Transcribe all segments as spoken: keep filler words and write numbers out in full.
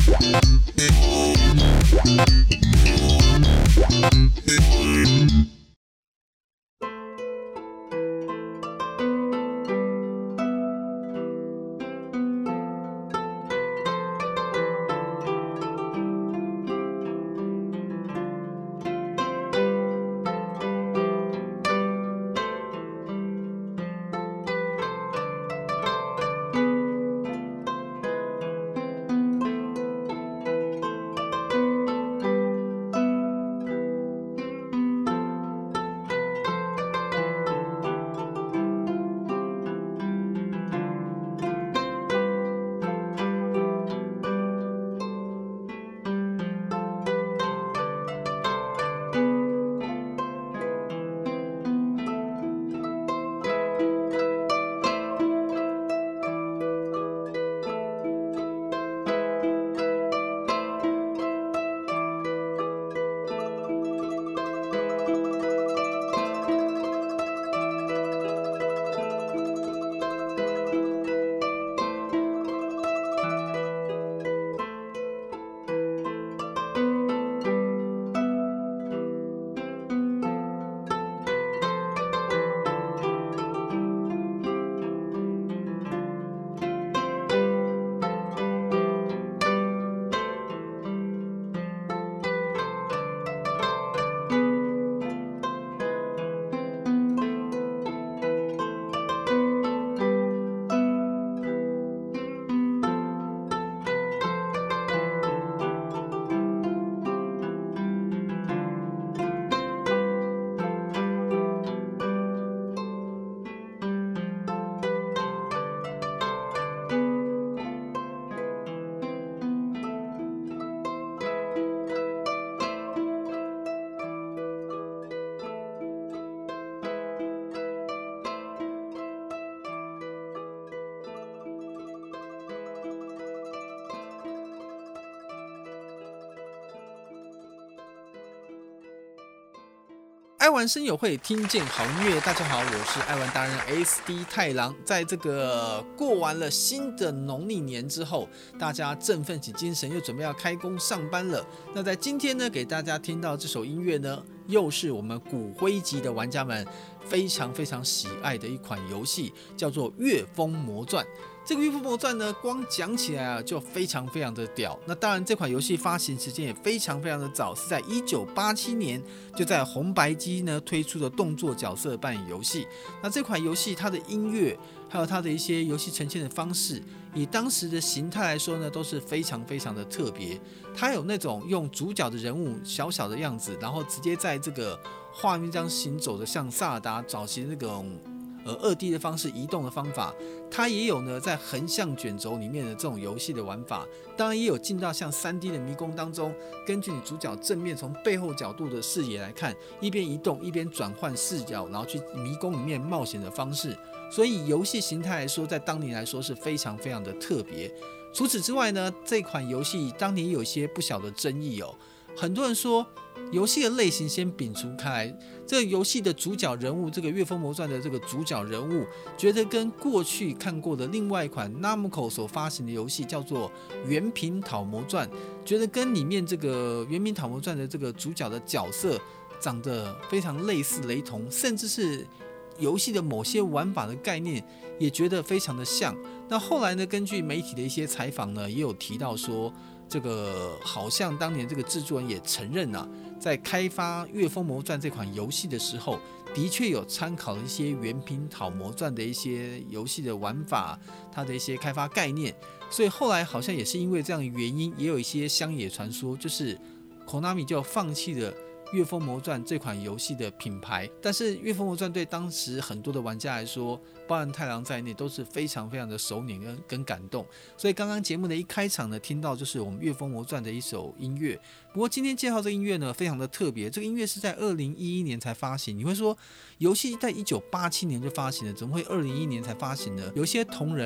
爱玩声友会，听见好音乐。大家好，我是爱玩达人 S D 太郎。在这个过完了新的农历年之后，大家振奋起精神，又准备要开工上班了。那在今天呢，给大家听到这首音乐呢，又是我们骨灰级的玩家们非常非常喜爱的一款游戏，叫做《月风魔传》。这个《月风魔传》呢，光讲起来啊就非常非常的屌。那当然，这款游戏发行时间也非常非常的早，是在一九八七年就在红白机呢推出的动作角色扮演游戏。那这款游戏它的音乐还有它的一些游戏呈现的方式，以当时的形态来说呢，都是非常非常的特别。它有那种用主角的人物小小的样子，然后直接在这个画面上行走的，像萨尔达早期那种呃二 D 的方式移动的方法。它也有呢，在横向卷轴里面的这种游戏的玩法，当然也有进到像 三 D 的迷宫当中，根据你主角正面从背后角度的视野来看，一边移动一边转换视角，然后去迷宫里面冒险的方式。所以游戏形态来说，在当年来说是非常非常的特别。除此之外呢，这款游戏当年有一些不小的争议哦。很多人说，游戏的类型先摒除开来，这个游戏的主角人物，这个《月风魔传》的这个主角人物，觉得跟过去看过的另外一款 Namco 所发行的游戏叫做《原平讨魔传》，觉得跟里面这个《原平讨魔传》的这个主角的角色长得非常类似雷同，甚至是游戏的某些玩法的概念也觉得非常的像。那后来呢，根据媒体的一些采访呢，也有提到说，这个好像当年这个制作人也承认啊，在开发《月风魔传》这款游戏的时候，的确有参考了一些《原平讨魔传》的一些游戏的玩法，它的一些开发概念。所以后来好像也是因为这样的原因，也有一些乡野传说，就是 Konami 就放弃了《月风魔传》这款游戏的品牌。但是《月风魔传》对当时很多的玩家来说，包含太郎在内，都是非常非常的熟稔 跟, 跟感动。所以刚刚节目的一开场呢，听到就是我们《月风魔传》的一首音乐。不过今天介绍这个音乐呢，非常的特别。这个音乐是在二零一一年才发行。你会说，游戏在一九八七年就发行了，怎么会二零一一年才发行呢？有些同仁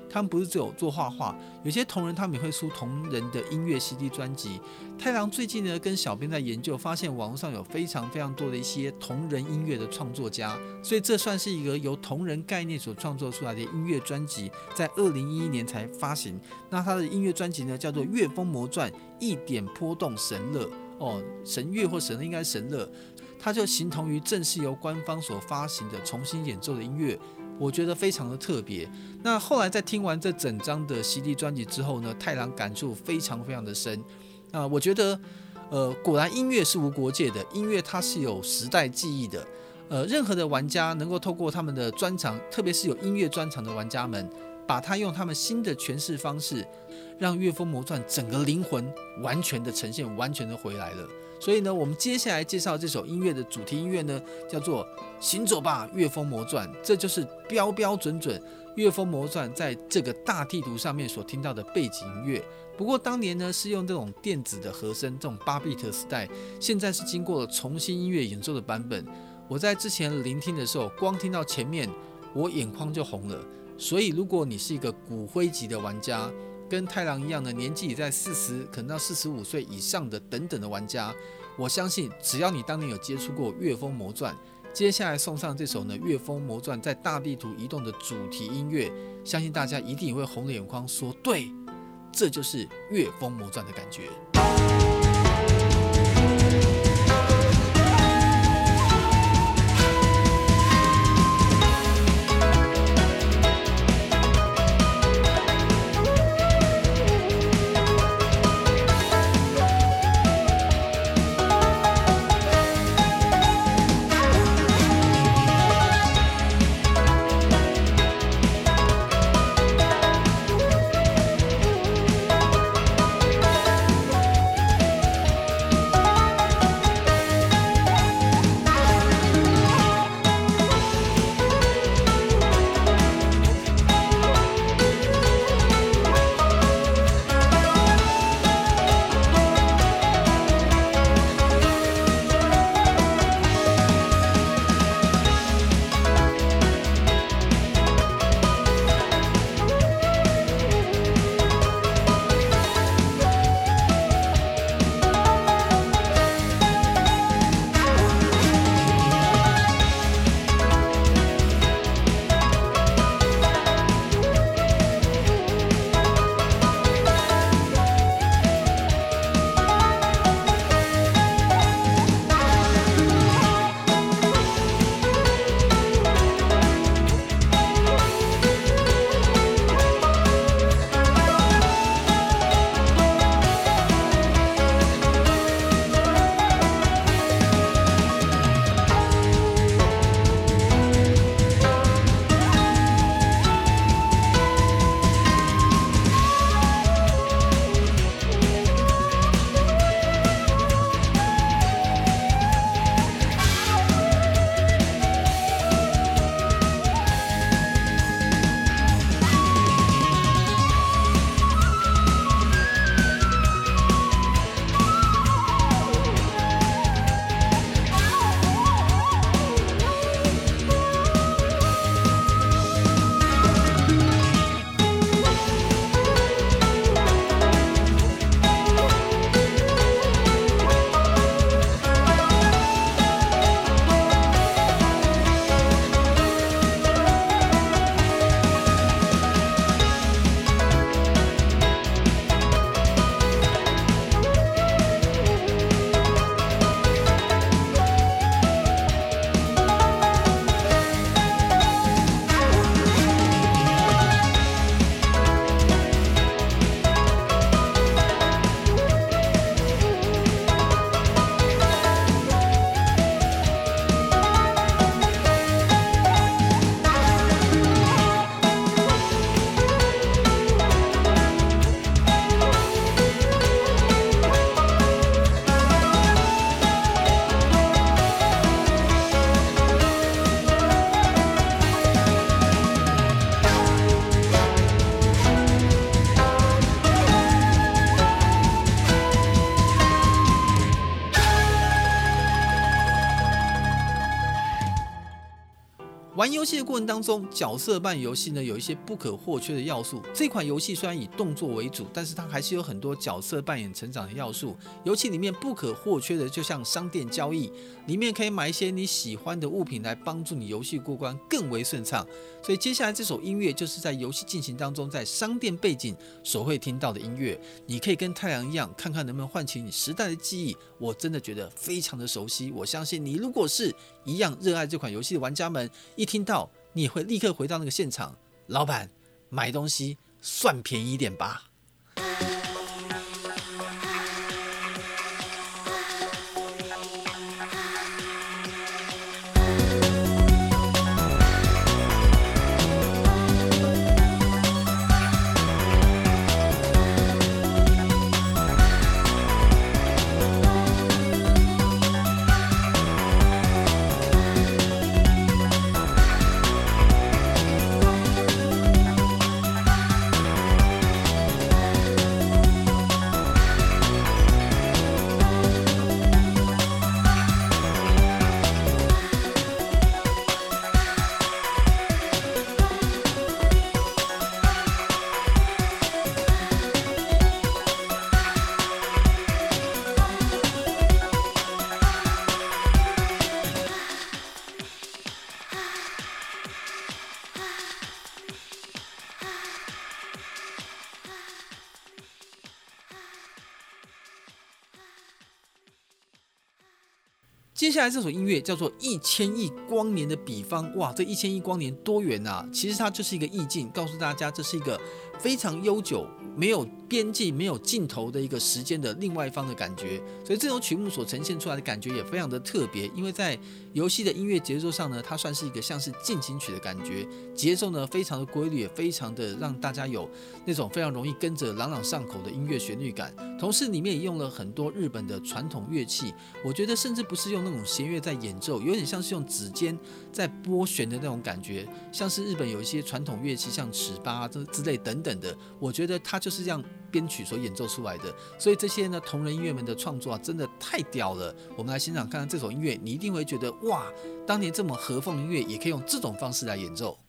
他们不是只有做画画，有些同人他们也会出同人的音乐 C D 专辑。太郎最近呢跟小编在研究，发现网络上有非常非常多的一些同人音乐的创作家，所以这算是一个由同人概念所创作出来的音乐专辑，在二零一一年才发行。那他的音乐专辑呢叫做《乐风魔传一点波动神乐》哦，神乐或神乐应该是神乐，它就形同于正式由官方所发行的重新演奏的音乐。我觉得非常的特别。那后来在听完这整张的 C D 专辑之后呢，太郎感触非常非常的深。啊、呃，我觉得，呃，果然音乐是无国界的，音乐它是有时代记忆的。呃，任何的玩家能够透过他们的专长，特别是有音乐专长的玩家们，把它用他们新的诠释方式，让《乐风魔传》整个灵魂完全的呈现，完全的回来了。所以呢，我们接下来介绍这首音乐的主题音乐呢，叫做《行走吧，乐风魔传》，这就是标标准准《乐风魔传》在这个大地图上面所听到的背景音乐。不过当年呢是用这种电子的和声，这种八 bit 时代，现在是经过了重新音乐演奏的版本。我在之前聆听的时候，光听到前面，我眼眶就红了。所以如果你是一个骨灰级的玩家，跟太郎一样的年纪也在四十，可能到四十五岁以上的等等的玩家，我相信只要你当年有接触过《乐风魔传》，接下来送上这首呢《乐风魔传》在大地图移动的主题音乐，相信大家一定也会红了眼眶，说对，这就是《乐风魔传》的感觉。 玩游戏的过程当中，角色扮演游戏呢有一些不可或缺的要素。这款游戏虽然以动作为主，但是它还是有很多角色扮演成长的要素。游戏里面不可或缺的，就像商店交易，里面可以买一些你喜欢的物品来帮助你游戏过关更为顺畅。所以接下来这首音乐就是在游戏进行当中，在商店背景所会听到的音乐。你可以跟太阳一样，看看能不能唤起你时代的记忆。我真的觉得非常的熟悉。我相信你如果是一样热爱这款游戏的玩家们，一听到你也会立刻回到那个现场。老板，买东西算便宜一点吧。接下来这首音乐叫做《一千亿光年的彼方》，哇，这一千亿光年多远啊？其实它就是一个意境，告诉大家这是一个非常悠久、没有边际、没有尽头的一个时间的另外一方的感觉。所以这首曲目所呈现出来的感觉也非常的特别，因为在游戏的音乐节奏上呢，它算是一个像是进行曲的感觉，节奏呢非常的规律，也非常的让大家有那种非常容易跟着朗朗上口的音乐旋律感。同时里面也用了很多日本的传统乐器，我觉得甚至不是用那种弦乐在演奏，有点像是用指尖在拨弦的那种感觉，像是日本有一些传统乐器，像尺八之类等等的，我觉得它就是这样编曲所演奏出来的。所以这些呢同人音乐们的创作啊，真的太屌了。我们来欣赏看看这首音乐，你一定会觉得哇，当年这么和风的音乐也可以用这种方式来演奏。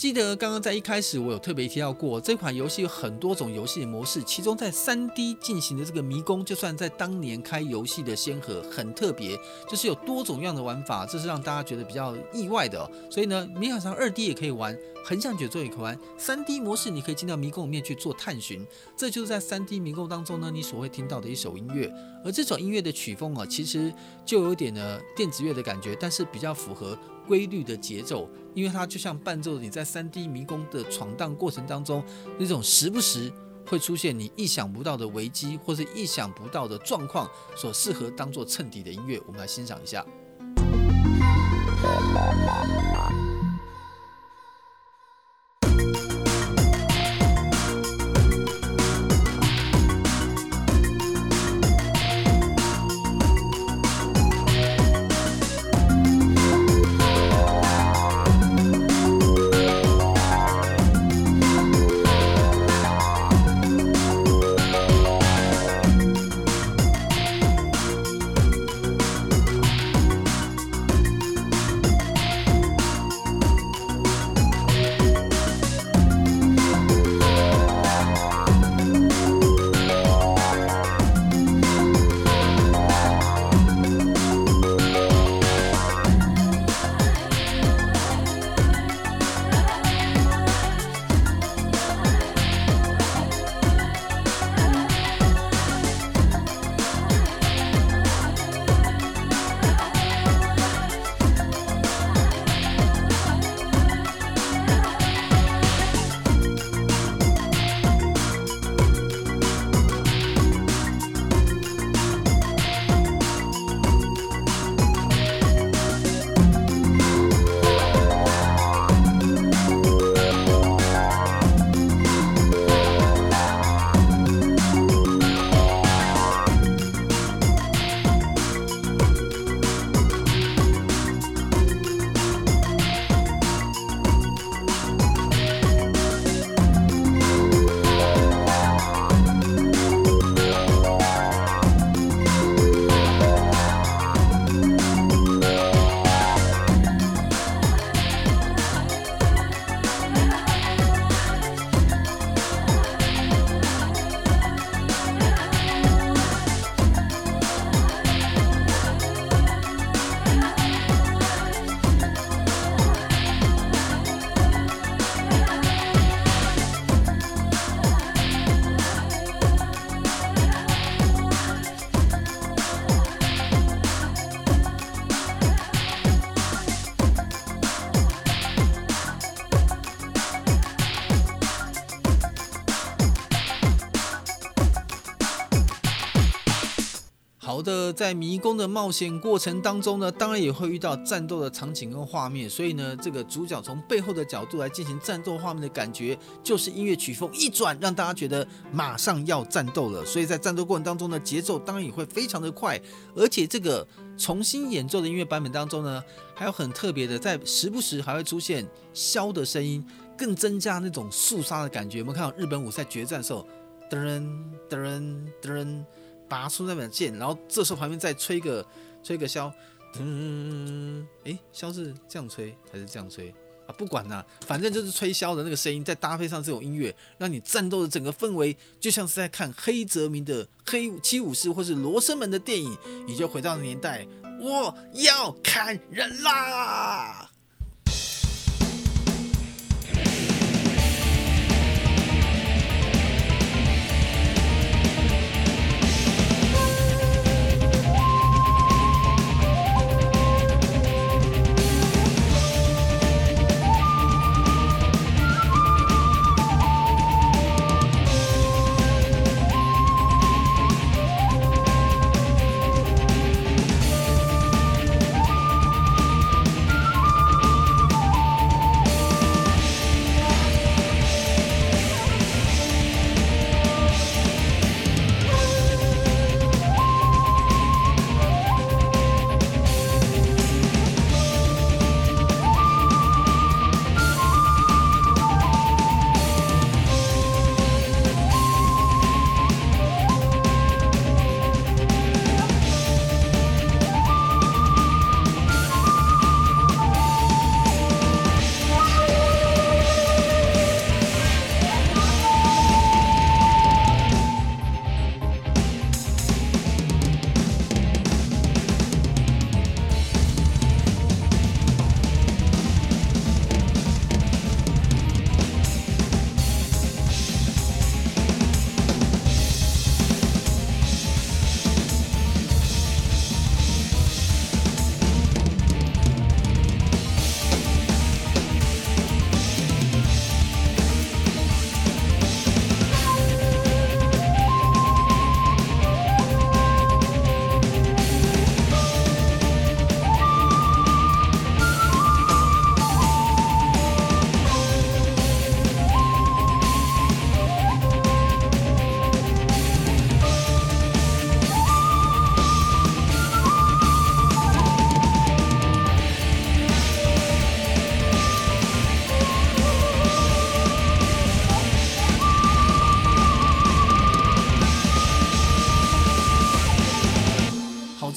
记得刚刚在一开始我有特别提到过，这款游戏有很多种游戏的模式，其中在 三 D 进行的这个迷宫，就算在当年开游戏的先河，很特别，就是有多种样的玩法，这是让大家觉得比较意外的哦。所以呢，迷海长 二 D 也可以玩，横向卷轴也可以玩， 三 D 模式你可以进到迷宫里面去做探寻，这就是在 三 D 迷宫当中呢，你所会听到的一首音乐。而这首音乐的曲风啊，其实就有点呢电子乐的感觉，但是比较符合规律的节奏，因为它就像伴奏你在 三 D 迷宫的闯荡过程当中，那种时不时会出现你意想不到的危机或是意想不到的状况，所适合当作衬底的音乐，我们来欣赏一下。好的，在迷宫的冒险过程当中呢，当然也会遇到战斗的场景跟画面，所以呢，这个主角从背后的角度来进行战斗画面的感觉，就是音乐曲风一转，让大家觉得马上要战斗了。所以在战斗过程当中呢，节奏当然也会非常的快，而且这个重新演奏的音乐版本当中呢，还有很特别的，在时不时还会出现箫的声音，更增加那种肃杀的感觉。有没有看到日本武士在决战的时候，噔噔噔，拔出那把剑，然后这时候旁边再吹个吹个箫，嗯，哎，箫是这样吹还是这样吹啊？不管啦，反正就是吹箫的那个声音，再搭配上这种音乐，让你战斗的整个氛围就像是在看黑泽明的《黑七武士》或是《罗生门》的电影，你就回到年代，我要砍人啦！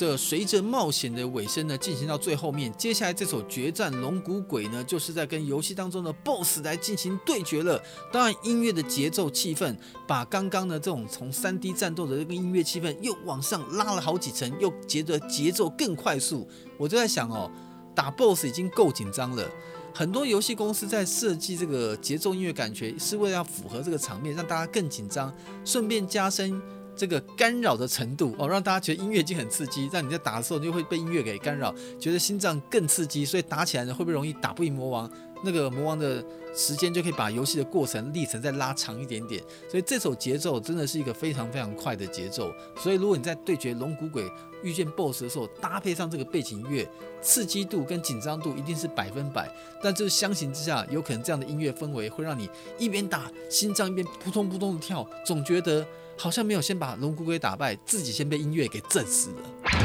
个随着冒险的尾声呢，进行到最后面，接下来这首决战龙骨鬼呢，就是在跟游戏当中的 B O S S 来进行对决了。当然，音乐的节奏气氛，把刚刚的这种从 三 D 战斗的这个音乐气氛又往上拉了好几层，又觉得节奏更快速。我就在想哦，打 B O S S 已经够紧张了。很多游戏公司在设计这个节奏音乐感觉，是为了要符合这个场面，让大家更紧张，顺便加深这个干扰的程度哦，让大家觉得音乐已经很刺激，让你在打的时候你就会被音乐给干扰，觉得心脏更刺激，所以打起来呢会不会容易打不赢魔王？那个魔王的时间就可以把游戏的过程历程再拉长一点点，所以这首节奏真的是一个非常非常快的节奏。所以如果你在对决龙骨鬼遇见 B O S S 的时候，搭配上这个背景音乐，刺激度跟紧张度一定是百分百。但就是相形之下，有可能这样的音乐氛围会让你一边打，心脏一边扑通扑通的跳，总觉得好像没有先把龙骨鬼打败，自己先被音乐给震死了。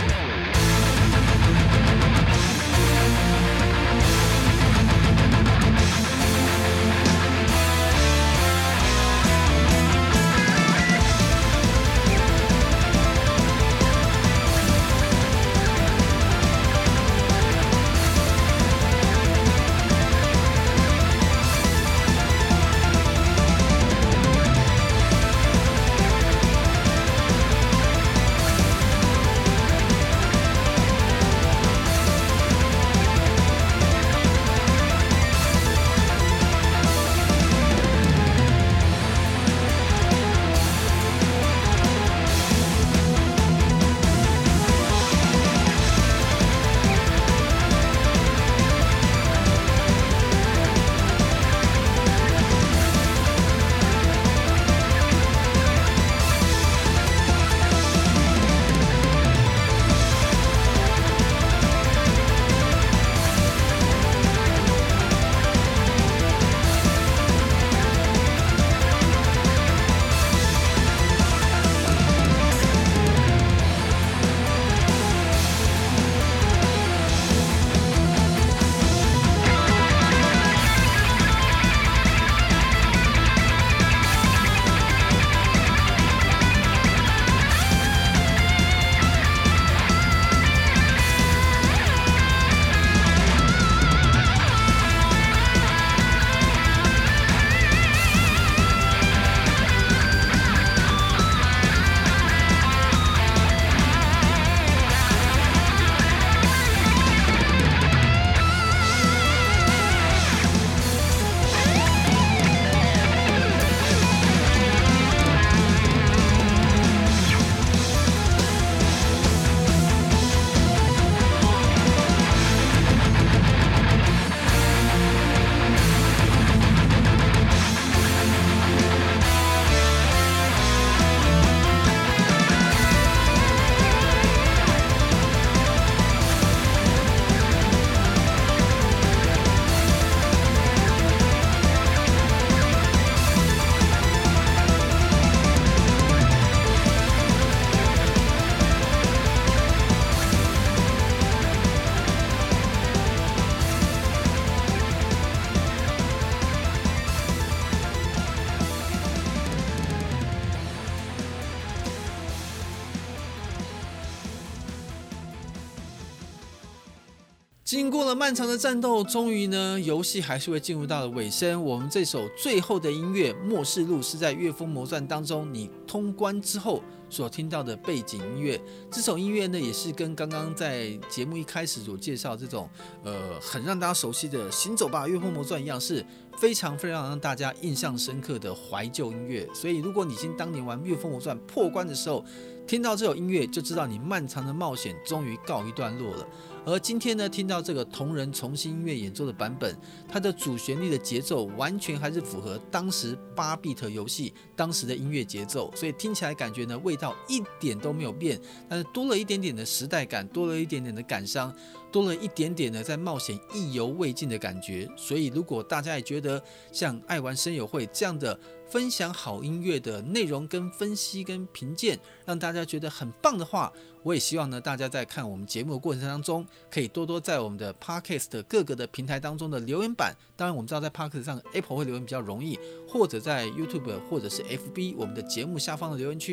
经过了漫长的战斗，终于呢，游戏还是会进入到了尾声。我们这首最后的音乐《末世录》是在《月风魔传》当中你通关之后所听到的背景音乐。这首音乐呢，也是跟刚刚在节目一开始所介绍这种呃很让大家熟悉的《行走吧，月风魔传》一样，是非常非常让大家印象深刻的怀旧音乐。所以，如果你已经当年玩《月风魔传》破关的时候，听到这首音乐，就知道你漫长的冒险终于告一段落了。而今天呢，听到这个同人重新音乐演奏的版本，它的主旋律的节奏完全还是符合当时八 bit 游戏当时的音乐节奏，所以听起来感觉呢味道一点都没有变，但是多了一点点的时代感，多了一点点的感伤，多了一点点的在冒险意犹未尽的感觉。所以如果大家也觉得像爱玩声友会这样的分享好音乐的内容跟分析跟评鉴，让大家觉得很棒的话，我也希望呢大家在看我们节目的过程当中，可以多多在我们的 Podcast 各个的平台当中的留言板，当然我们知道在 Podcast 上 Apple 会留言比较容易，或者在 YouTube 或者是 F B 我们的节目下方的留言区，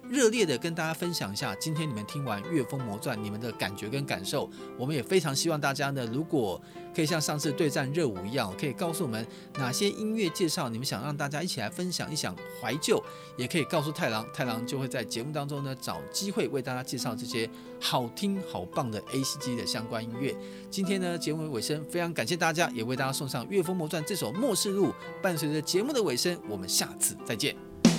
热烈的跟大家分享一下今天你们听完《乐风魔传》你们的感觉跟感受。我们也非常希望大家呢，如果可以像上次对战热舞一样，可以告诉我们哪些音乐介绍你们想让大家一起来分享，一想怀旧，也可以告诉太郎，太郎就会在节目当中呢找机会为大家介绍这些好听好棒的 A C G 的相关音乐。今天呢节目尾声，非常感谢大家，也为大家送上《乐风魔传》这首《末世录》。伴随着节目的尾声，我们下次再见。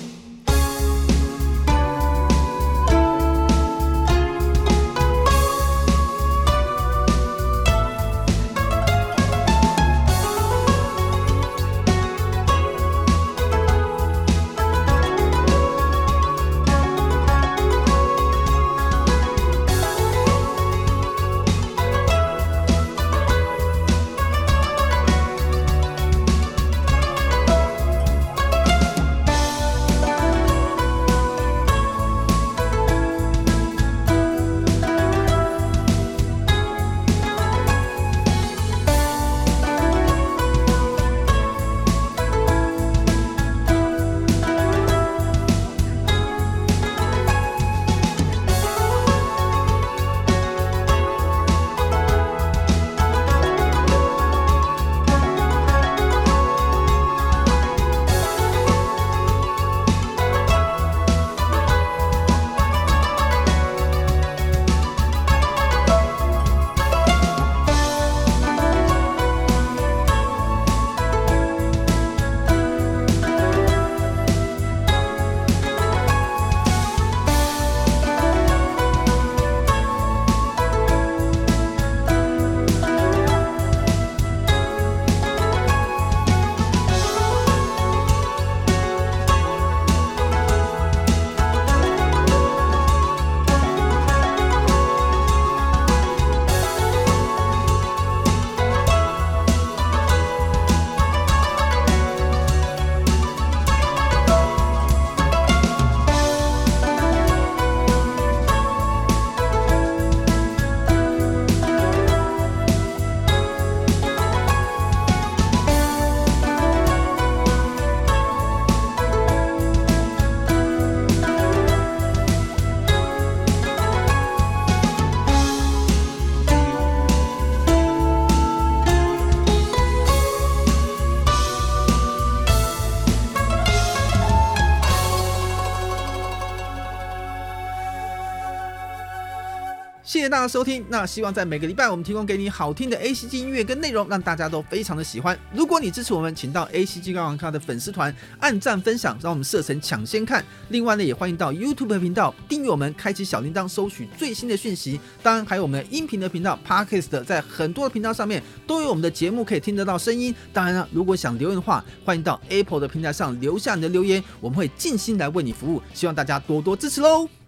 谢谢大家收听，那希望在每个礼拜我们提供给你好听的 A C G 音乐跟内容，让大家都非常的喜欢。如果你支持我们，请到 A C G 高玩咖的粉丝团按赞分享，让我们社神抢先看。另外呢，也欢迎到 YouTube 频道订阅我们，开启小铃铛，收取最新的讯息。当然还有我们的音频的频道 Podcast， 在很多的频道上面都有我们的节目可以听得到声音。当然了，如果想留言的话，欢迎到 Apple 的平台上留下你的留言，我们会尽心来为你服务。希望大家多多支持喽。